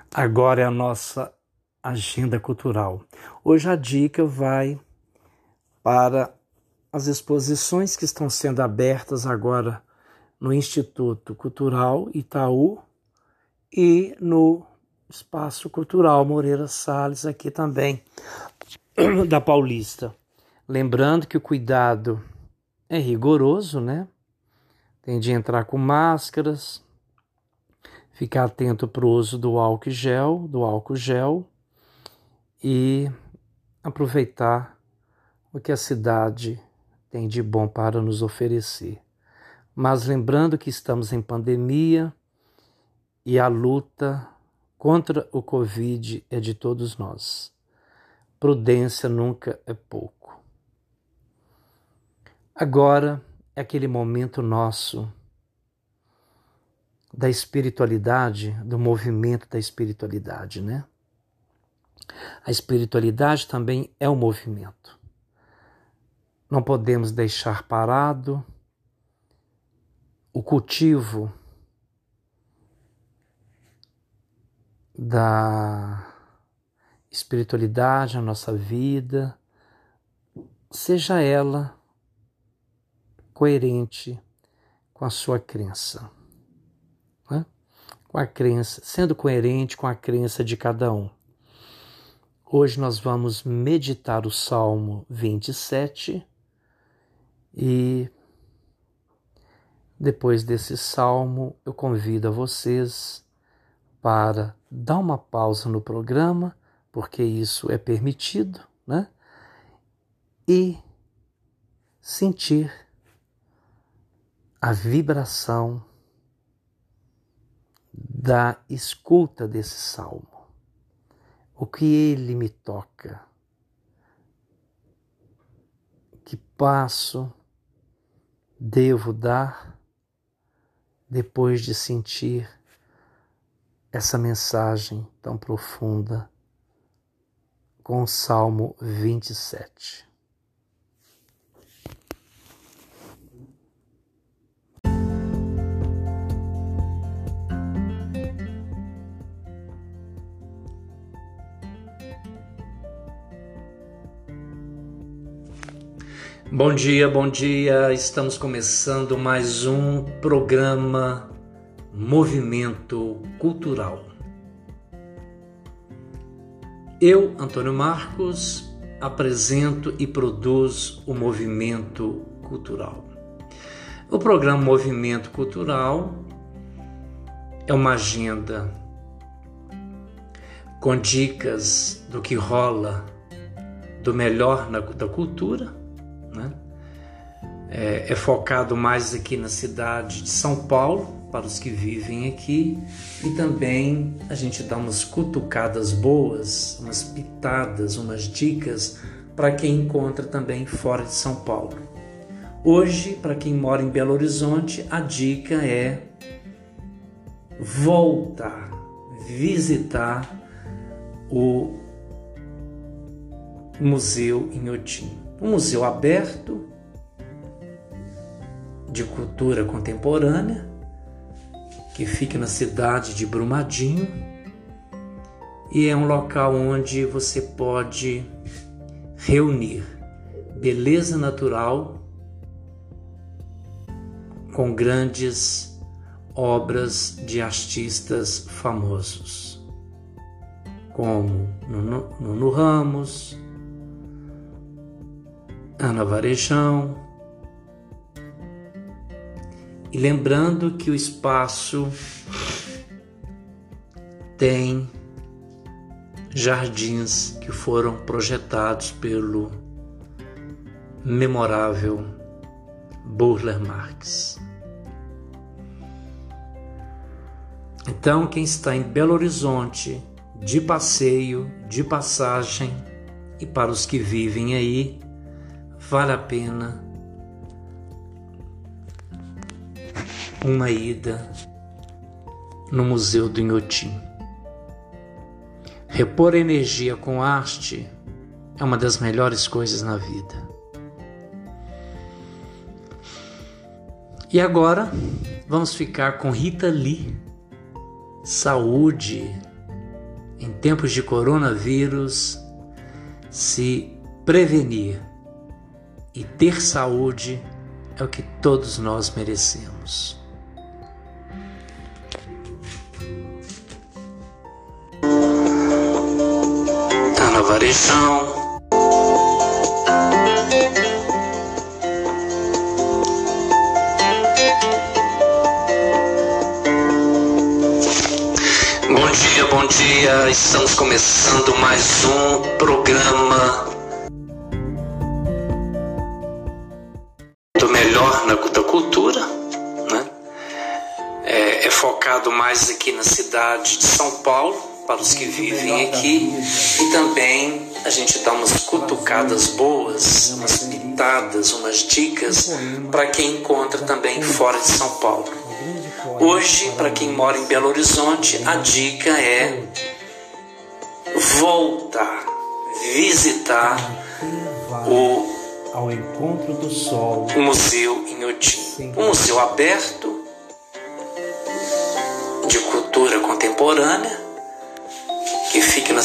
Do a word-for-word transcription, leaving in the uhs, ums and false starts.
Agora é a nossa agenda cultural. Hoje a dica vai para as exposições que estão sendo abertas agora no Instituto Cultural Itaú e no Espaço Cultural Moreira Salles, aqui também da Paulista. Lembrando que o cuidado é rigoroso, né? Tem de entrar com máscaras, ficar atento para o uso do álcool gel, do álcool gel e aproveitar o que a cidade tem de bom para nos oferecer. Mas lembrando que estamos em pandemia e a luta contra o Covid é de todos nós. Prudência nunca é pouco. Agora é aquele momento nosso da espiritualidade, do movimento da espiritualidade, né? A espiritualidade também é um movimento. Não podemos deixar parado o cultivo da espiritualidade na nossa vida, seja ela coerente com a sua crença, né? Com a crença, sendo coerente com a crença de cada um. Hoje nós vamos meditar o Salmo vinte e sete e depois desse salmo eu convido a vocês para dar uma pausa no programa, porque isso é permitido, né? E sentir a vibração da escuta desse salmo. O que ele me toca, que passo devo dar depois de sentir essa mensagem tão profunda com o Salmo vinte e sete. Bom dia, bom dia. Estamos começando mais um programa Movimento Cultural. Eu, Antônio Marcos, apresento e produzo o Movimento Cultural. O programa Movimento Cultural é uma agenda com dicas do que rola do melhor na, da cultura, né? É, é focado mais aqui na cidade de São Paulo, para os que vivem aqui, e também a gente dá umas cutucadas boas, umas pitadas, umas dicas para quem encontra também fora de São Paulo. Hoje, para quem mora em Belo Horizonte, a dica é voltar, visitar o Museu Inhotim. Um museu aberto de cultura contemporânea, que fica na cidade de Brumadinho, e é um local onde você pode reunir beleza natural com grandes obras de artistas famosos, como Nuno, Nuno Ramos, Ana Varejão. E lembrando que o espaço tem jardins que foram projetados pelo memorável Burle Marx. Então, quem está em Belo Horizonte, de passeio, de passagem, e para os que vivem aí, vale a pena uma ida no Museu do Inhotim. Repor energia com arte é uma das melhores coisas na vida. E agora vamos ficar com Rita Lee, Saúde, em tempos de coronavírus, se prevenir e ter saúde é o que todos nós merecemos. Tá na Varejão. Bom dia, bom dia. Estamos começando mais um programa do melhor na da cultura, né? É, é focado mais aqui na cidade de São Paulo, para os que vivem aqui, e também a gente dá umas cutucadas boas, umas pitadas, umas dicas para quem encontra também fora de São Paulo. Hoje, para quem mora em Belo Horizonte, a dica é voltar, visitar o ao encontro do sol, o museu Inhotim, um museu aberto de cultura contemporânea que fica na